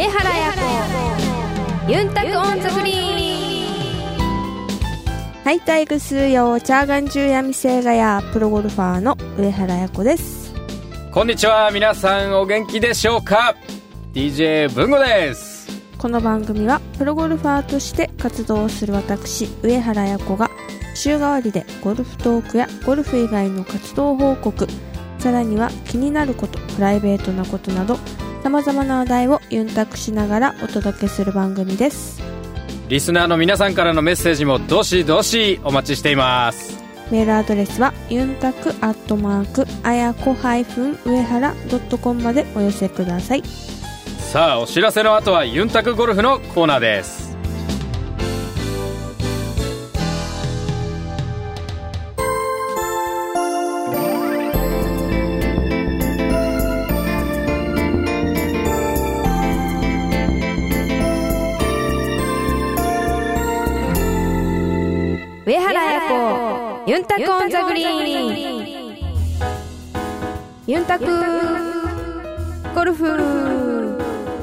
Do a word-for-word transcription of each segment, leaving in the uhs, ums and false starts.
上原彩子ユンタクオンザグリーン。 はい、タイグスーヨーチャーガンジューヤミセイガヤプロゴルファーの上原彩子です。 こんにちは、皆さんお元気でしょうか。 ディージェー 文吾です。 この番組はプロゴルファーとして活動する私上原彩子が週替わりでゴルフトークやゴルフ以外の活動報告、さらには気になること、プライベートなことなど様々な話題をユンタクしながらお届けする番組です。 リスナーの皆さんからのメッセージもどしどしお待ちしています。 メールアドレスはユンタクアットマークあやこ上原ドットコムまでお寄せください。 さあ、お知らせの後はユンタクゴルフのコーナーです。 上原彩子ユンタクオンザグリーン。ユンタクゴルフ。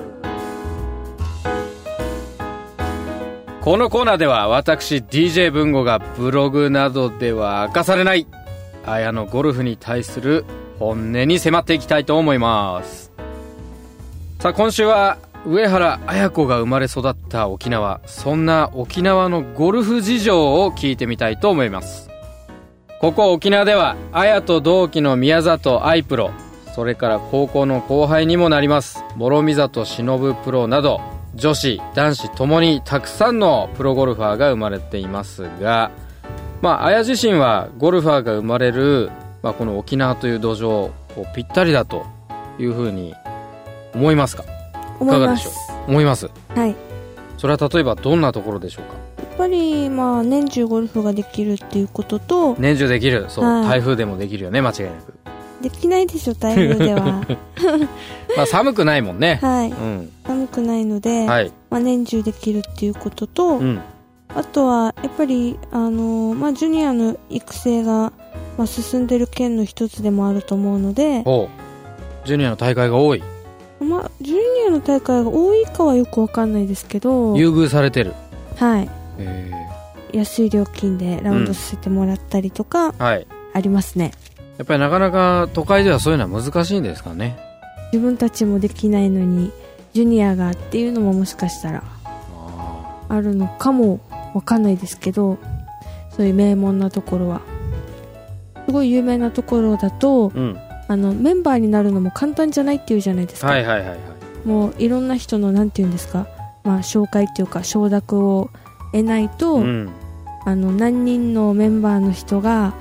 このコーナーでは私 ディージェー 文吾がブログなどでは明かされないあやのゴルフに対する本音に迫っていきたいと思います。さあ、今週は上原彩子が生まれ育った沖縄、そんな沖縄のゴルフ事情を聞いてみたいと思います。ここ沖縄では彩と同期の宮里愛プロ、それから高校の後輩にもなります諸見里忍プロなど、女子男子ともにたくさんのプロゴルファーが生まれていますが、まあ彩自身はゴルファーが生まれる、まあ、この沖縄という土壌ぴったりだというふうに思いますか。 思います。 いかがでしょう。思います。 はい。 それは例えばどんなところでしょうか。 やっぱりまあ年中ゴルフができるっていうことと、 年中できる、そう、 はい、 台風でもできるよね、間違いなく。 できないでしょ、台風では。 まあ寒くないもんね。 はい、 うん、 寒くないので、 はい、 まあ、年中できるっていうことと、 うん、 あとはやっぱりあのー、まあジュニアの育成が、まあ、進んでる県の一つでもあると思うので、 おジュニアの大会が多い。 まあ、ジュニアの大会が多いかはよくわかんないですけど、 優遇されてる。 はい。 へ安い料金でラウンドさせてもらったりとか、うん、はい、ありますね。 やっぱりなかなか都会ではそういうのは難しいんですかね。 自分たちもできないのにジュニアがっていうのももしかしたらあるのかもわかんないですけど、そういう名門なところはすごい有名なところだと、うん、あのメンバーになるのも簡単じゃないっていうじゃないですか。 はいはいはいはい。 もういろんな人のなんていうんですか、まあ、紹介っていうか承諾を得ないと、うん、あの何人のメンバーの人が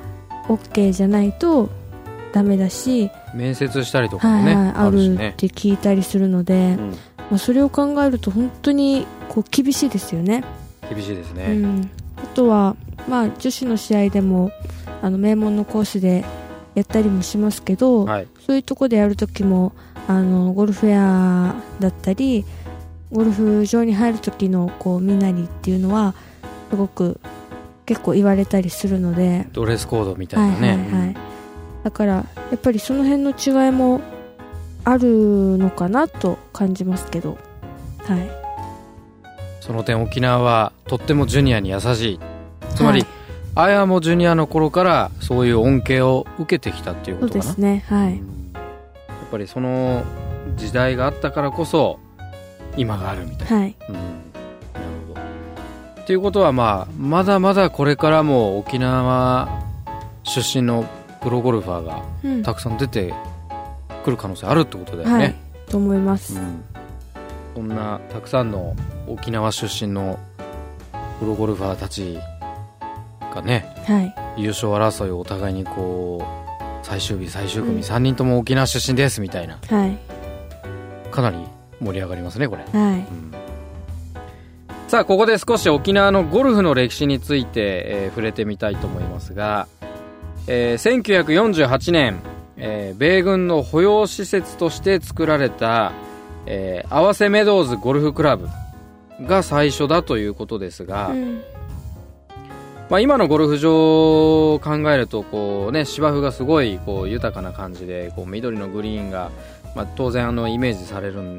OK じゃないとダメだし、 面接したりとかもね、 はいはい、あるって聞いたりするので、うん、まあ、それを考えると本当にこう厳しいですよね。 厳しいですね、 うん、あとは、まあ、女子の試合でもあの名門のコースでやったりもしますけど、はい、そういうとこでやるときもあのゴルフウェアだったりゴルフ場に入るときのこう身なりっていうのはすごく結構言われたりするので、 ドレスコードみたいなね、 はいはいはい、だからやっぱりその辺の違いもあるのかなと感じますけど、はい、 その点沖縄はとってもジュニアに優しい。つまり、はい、あやもジュニアの頃からそういう恩恵を受けてきたっていうことかな。 そうですね、はい、 やっぱりその時代があったからこそ今があるみたいな、はい、うん、なるほど。っていうことは、まあ、まだまだこれからも沖縄出身のプロゴルファーがたくさん出てくる可能性あるってことだよね、 はい、と思います、うん、 そんなたくさんの沖縄出身のプロゴルファーたちがね、はい、優勝争いをお互いにこう最終日最終組さんにんとも沖縄出身ですみたいな、 はい、 かなり盛り上がりますねこれ、 はい、うん、 さあここで少し沖縄のゴルフの歴史について、えー、触れてみたいと思いますが、えー、せんきゅうひゃくよんじゅうはちねん、えー、米軍の保養施設として作られた、えー、合わせメドウズゴルフクラブが最初だということですが、うん、まあ、今のゴルフ場を考えるとこう、ね、芝生がすごいこう豊かな感じでこう緑のグリーンが、まあ、当然あのイメージされるん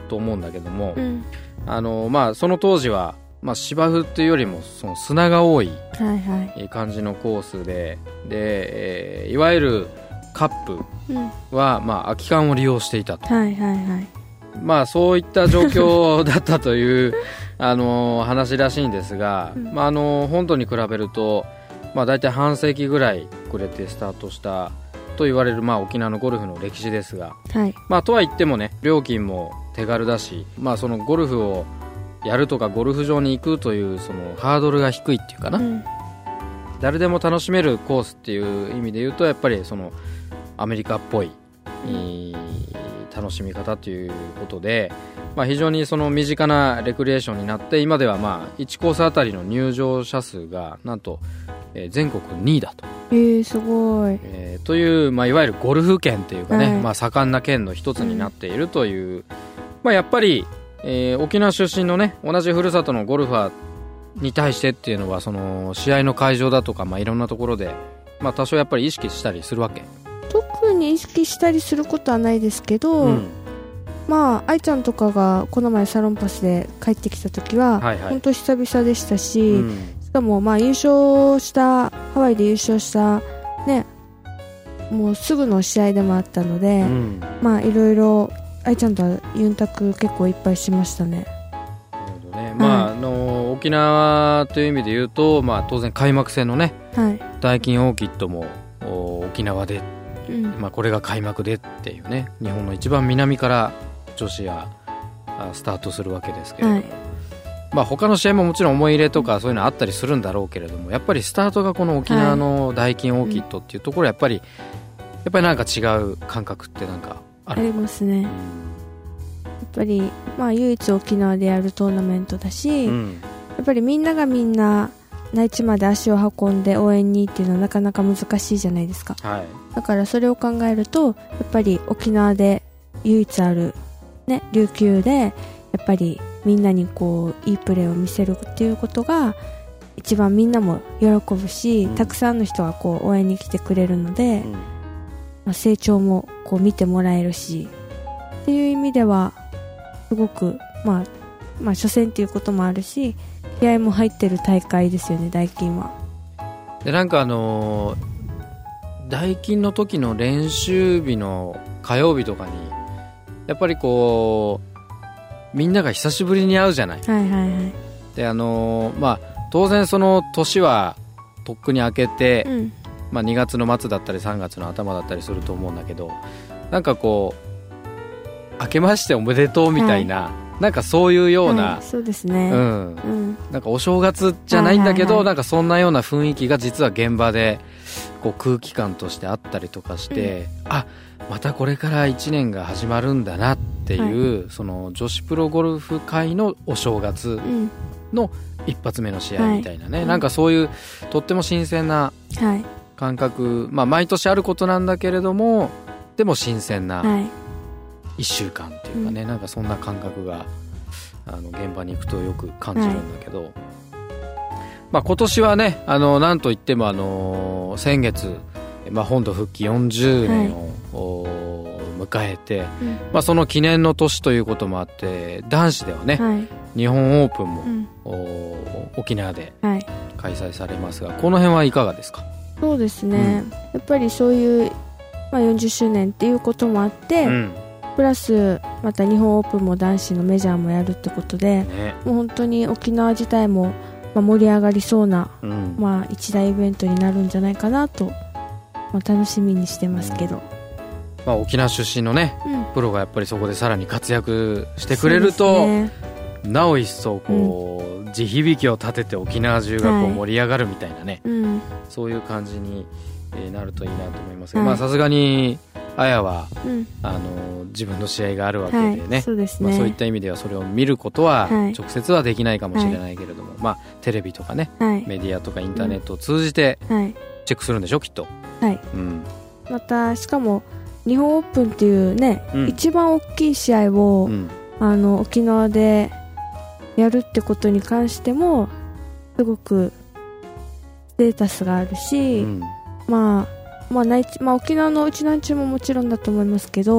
と思うんだけども、 うん、 あのまあ、その当時は、まあ、芝生っていうよりもその砂が多い感じのコースで、で、えー、いわゆるカップは、うんまあ、空き缶を利用していたと、 はいはいはい、 まあ、そういった状況だったというあの話らしいんですが、うんまあ、あの本当に比べると、まあ、大体半世紀ぐらい遅れてスタートしたと言われる、まあ、沖縄のゴルフの歴史ですが、 はいまあ、とは言ってもね、料金も手軽だし、まあ、そのゴルフをやるとかゴルフ場に行くというそのハードルが低いっていうかな、うん、誰でも楽しめるコースっていう意味で言うと、やっぱりそのアメリカっぽい、うん、楽しみ方ということで、まあ、非常にその身近なレクリエーションになって、今ではまあいちコースあたりの入場者数がなんと、えー、全国にいだと、 えー、すごい、 えー、という、まあ、いわゆるゴルフ圏というかね、はいまあ、盛んな県の一つになっているという、うんまあ、やっぱり、えー、沖縄出身のね、同じふるさとのゴルファーに対してっていうのは、その試合の会場だとか、まあ、いろんなところで、まあ、多少やっぱり意識したりするわけ。 特に意識したりすることはないですけど、うん、まあ愛ちゃんとかがこの前サロンパスで帰ってきた時は、はいはい、本当久々でしたし、うん、しかもまあ優勝したハワイで優勝したね、もうすぐの試合でもあったので、うん、まあいろいろ愛ちゃんとはユンタク結構いっぱいしましたね。 なるほどね、まあ、あの沖縄という意味で言うと、まあ、当然開幕戦のね、はい、ダイキンオーキッドも沖縄で、うんまあ、これが開幕でっていうね、日本の一番南から女子はスタートするわけですけれども、はいまあ、他の試合ももちろん思い入れとかそういうのあったりするんだろうけれども、やっぱりスタートがこの沖縄のダイキンオーキッドっていうところ、やっぱりやっぱりなんか違う感覚ってなんかある。 ありますね、うん、やっぱり、まあ、唯一沖縄でやるトーナメントだし、うん、やっぱりみんながみんな内地まで足を運んで応援にっていうのはなかなか難しいじゃないですか、はい、だからそれを考えるとやっぱり沖縄で唯一ある、ね、琉球でやっぱりみんなにこういいプレーを見せるっていうことが一番みんなも喜ぶし、うん、たくさんの人がこう応援に来てくれるので、うんまあ、成長もこう見てもらえるしっていう意味ではすごく、まあ、まあ初戦っていうこともあるし気合も入ってる大会ですよね、ダイキンは。 でなんかあのー、ダイキンの時の練習日の火曜日とかにやっぱりこうみんなが久しぶりに会うじゃない、 はいはいはい、 であのー、まあ当然その年はとっくに明けて、うんまあ、にがつの末だったりさんがつの頭だったりすると思うんだけど、なんかこう明けましておめでとうみたいな、はい、なんかそういうような、 はい、そうですね、 うんうん、なんかお正月じゃないんだけど、はいはいはい、なんかそんなような雰囲気が実は現場でこう空気感としてあったりとかして、うん、あまたこれからいちねんが始まるんだなっていう、はい、その女子プロゴルフ界のお正月の一発目の試合みたいなね、はい、なんかそういうとっても新鮮な感覚、はいまあ、毎年あることなんだけれどもでも新鮮ないっしゅうかんっていうかね、うん、なんかそんな感覚があの現場に行くとよく感じるんだけど、はいまあ、今年はねあのなんといってもあの先月、まあ、本土復帰よんじゅうねんを、はい、迎えて、うんまあ、その記念の年ということもあって男子ではね、はい、日本オープンも、うん、沖縄で開催されますが、この辺はいかがですか？ そうですね、うん、やっぱりそういう、まあ、よんじゅっしゅうねんっていうこともあって、うんプラスまた日本オープンも男子のメジャーもやるってことで、ね、もう本当に沖縄自体もまあ盛り上がりそうな、うんまあ、一大イベントになるんじゃないかなと、まあ、楽しみにしてますけど、うんまあ、沖縄出身のね、うん、プロがやっぱりそこでさらに活躍してくれると、ね、なお一層こう、うん、地響きを立てて沖縄中がこう盛り上がるみたいなね、はいうん、そういう感じになるといいなと思いますが、さすがにあやは、うん、あの自分の試合があるわけでね、はい、そうですね、まあ、そういった意味ではそれを見ることは直接はできないかもしれないけれども、はいまあ、テレビとかね、はい、メディアとかインターネットを通じてチェックするんでしょきっと、 はいうん、またしかも日本オープンっていうね、うん、一番大きい試合を、うん、あの沖縄でやるってことに関してもすごくステータスがあるし、うん、まあまあ、内地まあ、沖縄のうちなんちももちろんだと思いますけど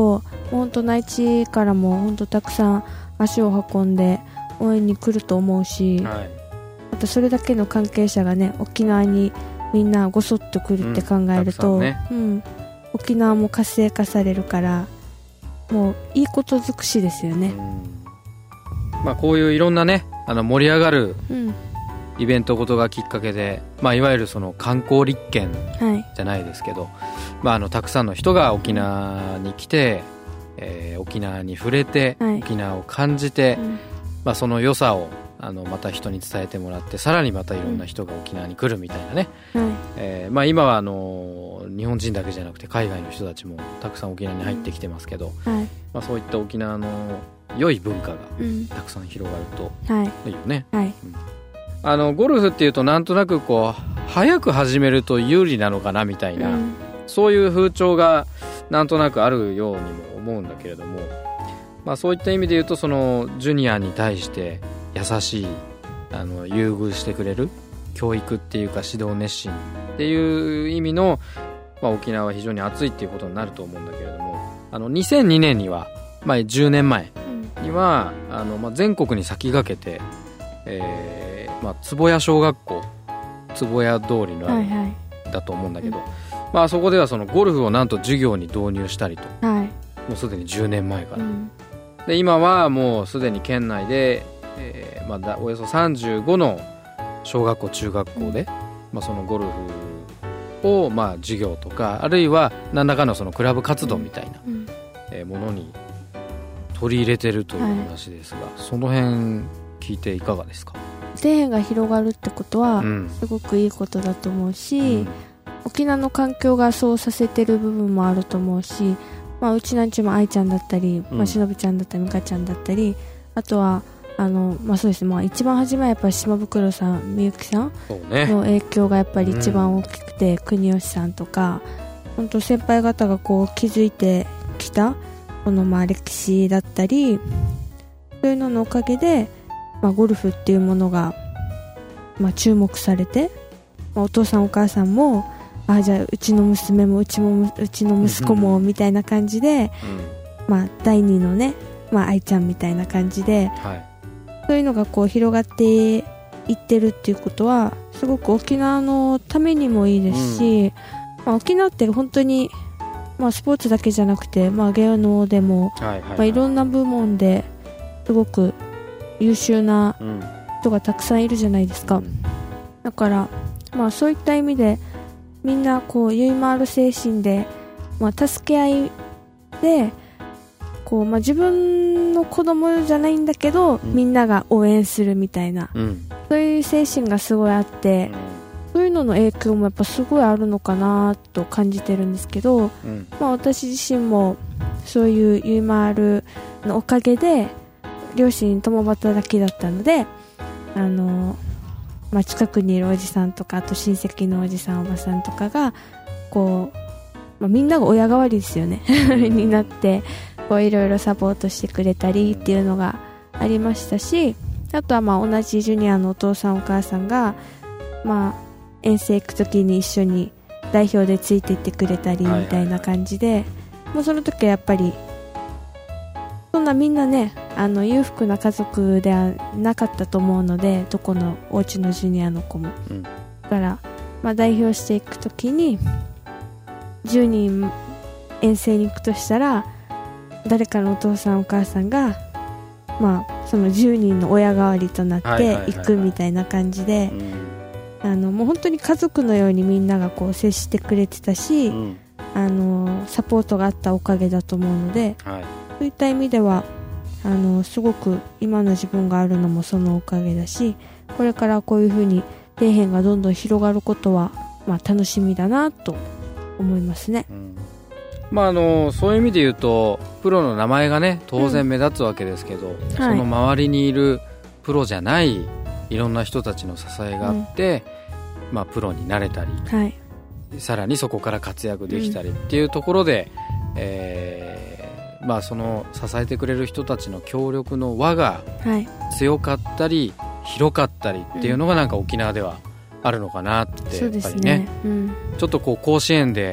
本当内地からも本当たくさん足を運んで応援に来ると思うし、はい、またそれだけの関係者がね沖縄にみんなごそっと来るって考えると、うんねうん、沖縄も活性化されるからもういいこと尽くしですよね、 うんまあ、こういういろんなねあの盛り上がるイベントごとがきっかけで、まあ、いわゆるその観光立県じゃないですけど、はいまあ、あのたくさんの人が沖縄に来て、えー、沖縄に触れて、はい、沖縄を感じて、うんまあ、その良さをあのまた人に伝えてもらってさらにまたいろんな人が沖縄に来るみたいなね、うんはいえーまあ、今はあの日本人だけじゃなくて海外の人たちもたくさん沖縄に入ってきてますけど、うんはいまあ、そういった沖縄の良い文化がたくさん広がるといいよね、うんはいうん、あのゴルフっていうとなんとなくこう早く始めると有利なのかなみたいな、うん、そういう風潮がなんとなくあるようにも思うんだけれども、まあ、そういった意味で言うとそのジュニアに対して優しいあの優遇してくれる教育っていうか指導熱心っていう意味の、まあ、沖縄は非常に熱いっていうことになると思うんだけれどもあのにせんにねんには、まあ、じゅうねんまえには、うんあのまあ、全国に先駆けて、えーまあ、坪谷小学校坪谷通りのある、はいはい、だと思うんだけど、うんまあ、そこではそのゴルフをなんと授業に導入したりと、はい、もうすでにじゅうねんまえから、うん、で今はもうすでに県内で、えーまあ、だおよそさんじゅうごの小学校中学校で、うんまあ、そのゴルフをまあ授業とかあるいは何らかのそのクラブ活動みたいな、うんえー、ものに取り入れてるという話ですが、はい、その辺聞いていかがですか？ 底辺が広がるってことはすごくいいことだと思うし、うん、沖縄の環境がそうさせてる部分もあると思うし、まあ、うちなんちも愛ちゃんだったり、まあ、しのぶちゃんだったり美香ちゃんだったりあとはあの、まあそうですねまあ、一番初めはやっぱり島袋さんみゆきさんの影響がやっぱり一番大きくて、うん、国吉さんとか本当先輩方がこう築いてきたこのまあ歴史だったりそういうののおかげで、まあ、ゴルフっていうものがまあ注目されて、まあ、お父さんお母さんもあじゃあうちの娘もうちもうちの息子もみたいな感じで、うんまあ、第二のね、まあ、愛ちゃんみたいな感じで、はい、そういうのがこう広がっていってるっていうことはすごく沖縄のためにもいいですし、うんまあ、沖縄って本当にまあ、スポーツだけじゃなくて、まあ、芸能でも、はいはいはいまあ、いろんな部門ですごく優秀な人がたくさんいるじゃないですか、うん、だから、まあ、そういった意味でみんなこうゆいまーる精神で、まあ、助け合いでこう、まあ、自分の子供じゃないんだけど、うん、みんなが応援するみたいな、うん、そういう精神がすごいあって、うんそういうのの影響もやっぱすごいあるのかなと感じてるんですけど、うんまあ、私自身もそういうゆいまーるのおかげで両親共働きだったのであの、まあ、近くにいるおじさんとかあと親戚のおじさんおばさんとかがこう、まあ、みんなが親代わりですよねになってこういろいろサポートしてくれたりっていうのがありましたしあとはまあ同じジュニアのお父さんお母さんがまあ遠征行く時に一緒に代表でついていってくれたりみたいな感じで、はいはいはい、もうその時はやっぱりそんなみんなねあの裕福な家族ではなかったと思うのでどこのお家のジュニアの子も、うん、だから、まあ、代表していく時にじゅうにん遠征に行くとしたら誰かのお父さんお母さんがまあそのじゅうにんの親代わりとなっていくみたいな感じで、あのもう本当に家族のようにみんながこう接してくれてたし、うん、あのサポートがあったおかげだと思うので、はい、そういった意味ではあのすごく今の自分があるのもそのおかげだしこれからこういう風に底辺がどんどん広がることは、まあ、楽しみだなと思いますね、うんまあ、あのそういう意味で言うとプロの名前がね当然目立つわけですけど、うん、その周りにいるプロじゃないいろんな人たちの支えがあって、うんまあ、プロになれたり、はい、さらにそこから活躍できたりっていうところで、うんえーまあ、その支えてくれる人たちの協力の輪が強かったり、はい、広かったりっていうのがなんか沖縄ではあるのかなって、うん、やっぱりね、うん、ちょっとこう甲子園で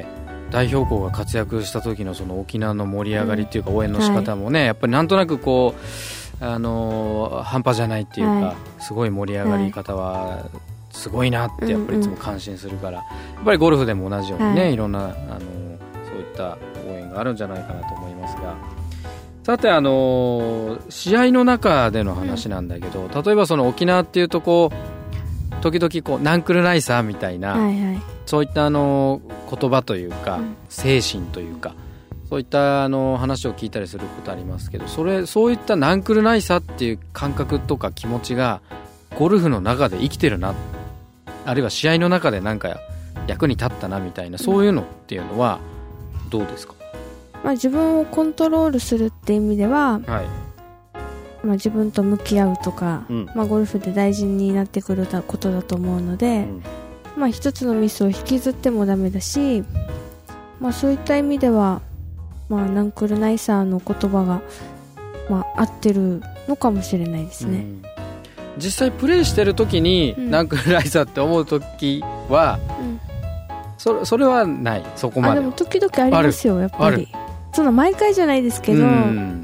代表校が活躍した時のその沖縄の盛り上がりっていうか応援の仕方もね、うん、はい、やっぱりなんとなくこう、あのー、半端じゃないっていうか、はい、すごい盛り上がり方はすごいなってやっぱりいつも感心するから、うんうん、やっぱりゴルフでも同じようにね、はい、いろんな、あのー、そういった応援があるんじゃないかなと思いますが、さて、あのー、試合の中での話なんだけど、うん、例えばその沖縄っていうとこう時々こうナンクルナイサーみたいな、はいはい、そういったあの言葉というか、うん、精神というか、そういったあの話を聞いたりすることありますけど、それそういったナンクルナイサーっていう感覚とか気持ちがゴルフの中で生きてるな、あるいは試合の中でなんか役に立ったなみたいな、そういうのっていうのはどうですか？ まあ、自分をコントロールするっていう意味では、はい、まあ、自分と向き合うとか、うん、まあ、ゴルフで大事になってくることだと思うので、うん、まあ、一つのミスを引きずってもダメだし、まあ、そういった意味では、まあ、ナンクルナイサーの言葉が、まあ、合ってるのかもしれないですね、うん、 実際プレーしてる時に、うん、ナンクルナイサーって思う時は、うん、そ, それはない、そこまで。あ、 でも時々ありますよ、やっぱり。そんな毎回じゃないですけど、うん、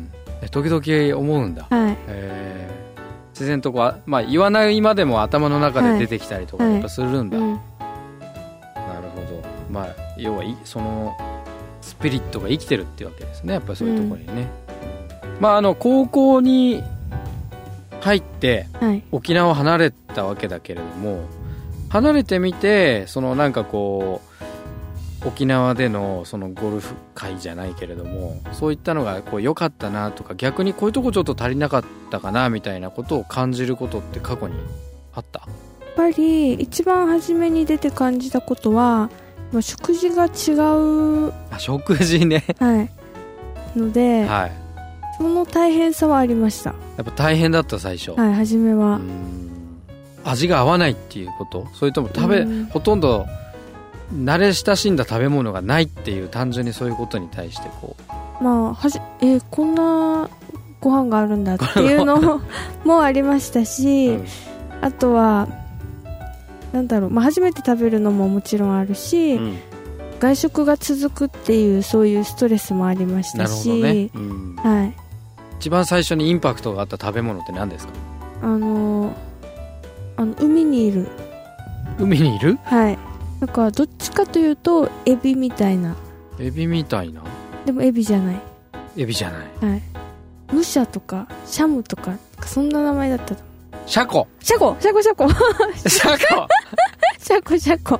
時々思うんだ、はい、えー、自然とこう、まあ、言わないまでも頭の中で出てきたりとかやっぱするんだ、はいはい、うん、なるほど、まあ、要はそのスピリットが生きてるっていうわけですね、やっぱりそういうところにね、うん、まあ、あの高校に入って、はい、沖縄を離れたわけだけれども、離れてみてそのなんかこう沖縄でのそのゴルフ会じゃないけれども、そういったのがこう良かったなとか、逆にこういうとこちょっと足りなかったかなみたいなことを感じることって過去にあった？ やっぱり一番初めに出て感じたことは、まあ、食事が違う。 あ、食事ね、 はい、ので、はい、その大変さはありました。 やっぱ大変だった、最初。 はい、初めは。 うーん、味が合わないっていうこと、それとも食べほとんど慣れ親しんだ食べ物がないっていう、単純にそういうことに対してこう、まあ、はじえー、こんなご飯があるんだっていうのもありましたし、うん、あとはなんだろう、まあ、初めて食べるのももちろんあるし、うん、外食が続くっていうそういうストレスもありましたし。なるほどね、うん、はい、 一番最初にインパクトがあった食べ物って何ですか？ あのあの海にいる海にいるはい、なんかどっちかというとエビみたいな。 エビみたいな、 でもエビじゃない。 エビじゃない、 はい、ムシャとかシャムとかそんな名前だったと。 シャコシャコシャコシャコシャコシャコシャコ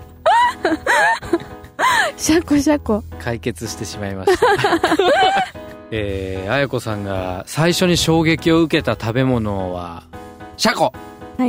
シャコシャコ解決してしまいましたえー、あやこさんが最初に衝撃を受けた食べ物はシャコ。 はい。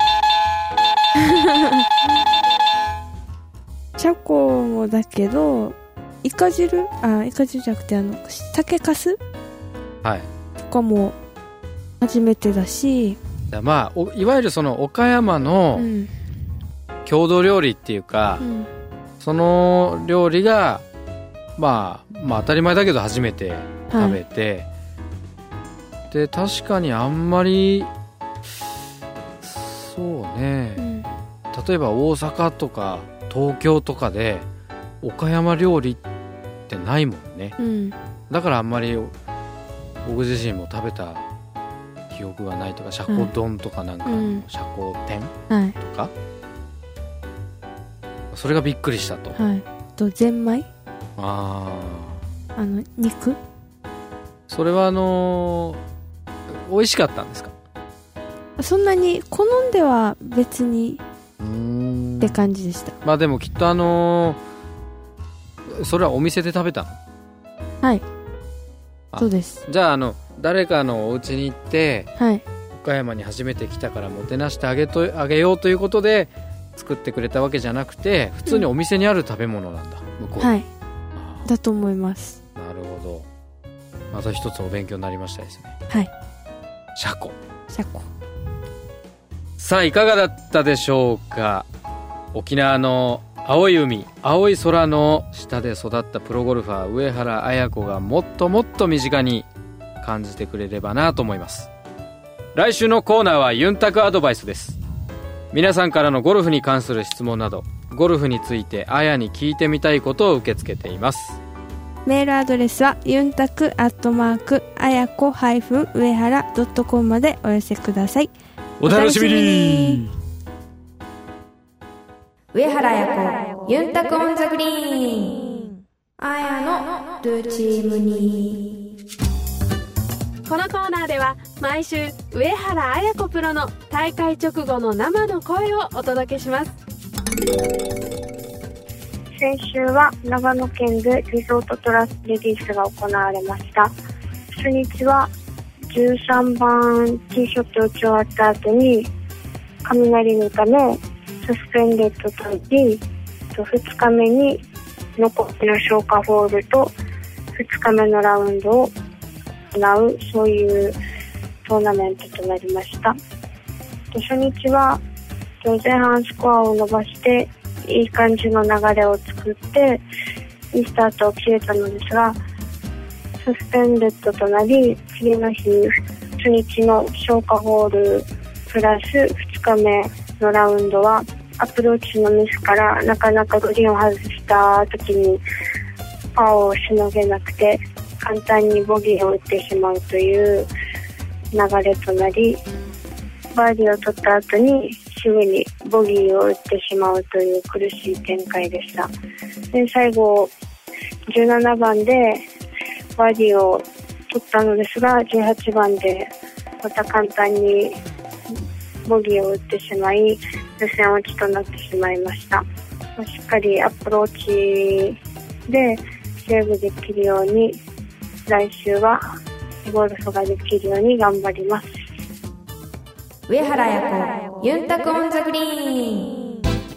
シャコもだけど、イカ汁、あ、イカ汁じゃなくてあの酒かす、 はい、 とかも初めてだし、 まあ、いわゆるその岡山の郷土料理っていうか、うん、その料理が、まあ、まあ当たり前だけど初めて食べて、はい、で確かにあんまりそうね、うん、例えば大阪とか東京とかで岡山料理ってないもんね、うん、だからあんまり僕自身も食べた記憶がないとか、シャコ丼とかなんか、うん、シャコ天とか、はい、それがびっくりしたと。 はい、とゼンマイ、 ああの肉、 それはあのー、美味しかったんですか？ そんなに好んでは別にって感じでした。 まあでもきっとあのー、それはお店で食べたの？ はい、そうです。 じゃあ、あの誰かのお家に行って、 はい、 岡山に初めて来たからもてなしてあげと、あげようということで作ってくれたわけじゃなくて、普通にお店にある食べ物なんだ、うん、向こう。 はい、だと思います。 なるほど、また一つお勉強になりましたですね。 はい、 シャコシャコ。 さあ、いかがだったでしょうか。沖縄の青い海、青い空の下で育ったプロゴルファー上原綾子がもっともっと身近に感じてくれればなと思います。来週のコーナーはユンタクアドバイスです。皆さんからのゴルフに関する質問などゴルフについてあやに聞いてみたいことを受け付けています。 メールアドレスはユンタクアットマークあやこ上原ドットコムまでお寄せください。 お楽しみに。 上原あやこユンタクオンザグリーン、あやのルーチームに。 このコーナーでは毎週上原あやこプロの大会直後の生の声をお届けします。 先週は長野県でリゾートトラスレディースが行われました。初日はじゅうさんばんティーショットを打ち終わった後に雷のためサスペンデッドとなり、ふつかめに残りの消化ホールとふつかめのラウンドを行う、そういうトーナメントとなりました。初日は前半スコアを伸ばしていい感じの流れを作っていいスタートを切れたのですが、サスペンデッドとなり、次の日初日の消化ホールプラスふつかめのラウンドはアプローチのミスからなかなかグリーンを外した時にパーをしのげなくて簡単にボギーを打ってしまうという流れとなり、バーディーを取った後にすぐにボギーを打ってしまうという苦しい展開でした。で、最後じゅうななばんでバーディーを取ったのですが、じゅうはちばんでまた簡単にボギーを打ってしまい予選落ちとなってしまいました。しっかりアプローチでセーブできるように、来週はゴルフができるように頑張ります。 上原彩子ユンタクオンザグリーン。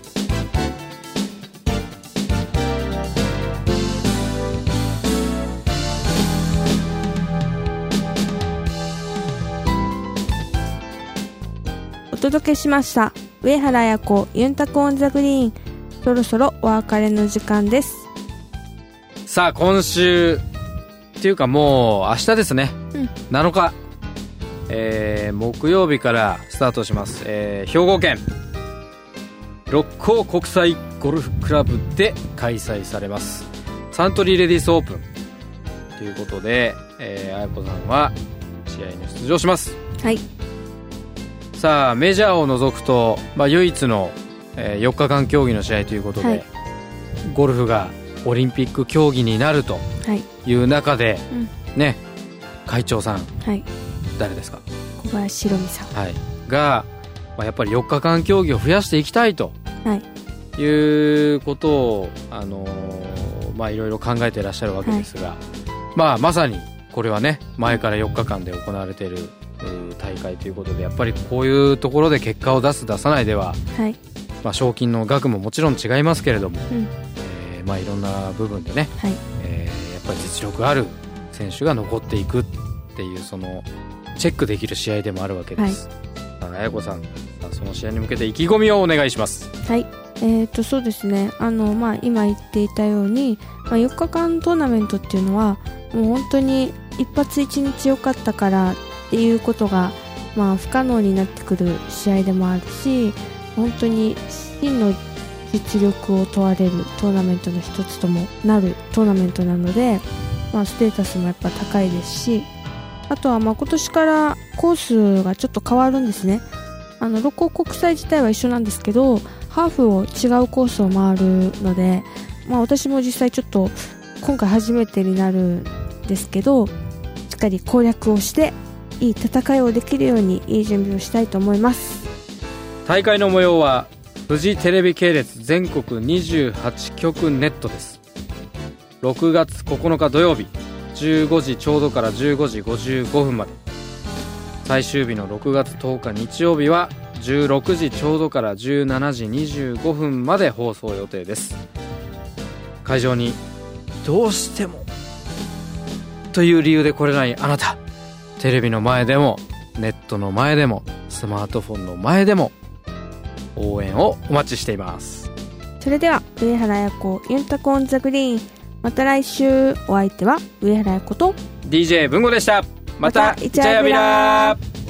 お届けしました上原彩子ユンタクオンザグリーン。そろそろお別れの時間です。 さあ今週っていうかもう明日ですね、うん、なのか、えー、木曜日からスタートします、えー、兵庫県六甲国際ゴルフクラブで開催されますサントリーレディースオープンということで、えー、彩子さんは試合に出場します。 はい。 さあメジャーを除くと、まあ、唯一の、えー、よっかかん競技の試合ということで、はい、ゴルフがオリンピック競技になるという中で、はいうんね、会長さん、はい、誰ですか？ 小林弘美さん、 はい、が、まあ、やっぱりよっかかん競技を増やしていきたいと、はい、いうことを、あのーまあ、いろいろ考えていらっしゃるわけですが、はいまあ、まさにこれはね前からよっかかんで行われている大会ということで、やっぱりこういうところで結果を出す出さないでは、はいまあ、賞金の額ももちろん違いますけれども、うんえーまあ、いろんな部分でね、はいえー、やっぱり実力ある選手が残っていくっていうそのチェックできる試合でもあるわけです。はい、彩子さん、その試合に向けて意気込みをお願いします。 はい、えー、とそうですねあの、まあ、今言っていたように、まあ、よっかかんトーナメントっていうのはもう本当に一発一日良かったからっていうことが、まあ、不可能になってくる試合でもあるし、本当に真の実力を問われるトーナメントの一つともなるトーナメントなので、まあ、ステータスもやっぱ高いですし、あとはまあ今年からコースがちょっと変わるんですね。あの六甲国際自体は一緒なんですけど、ハーフを違うコースを回るので、まあ、私も実際ちょっと今回初めてになるんですけど、しっかり攻略をしていい戦いをできるようにいい準備をしたいと思います。 大会の模様はフジテレビ系列全国にじゅうはちきょくネットです。ろくがつここのか土曜日じゅうごじちょうどからじゅうごじごじゅうごふんまで、最終日のろくがつとおか日曜日はじゅうろくじちょうどからじゅうしちじにじゅうごふんまで放送予定です。会場にどうしてもという理由で来れないあなた、テレビの前でもネットの前でもスマートフォンの前でも応援をお待ちしています。 それでは上原彩子ユンタクオンザグリーン、また来週。お相手は上原彩子とディージェー 文吾でした。またイチャヤビラー。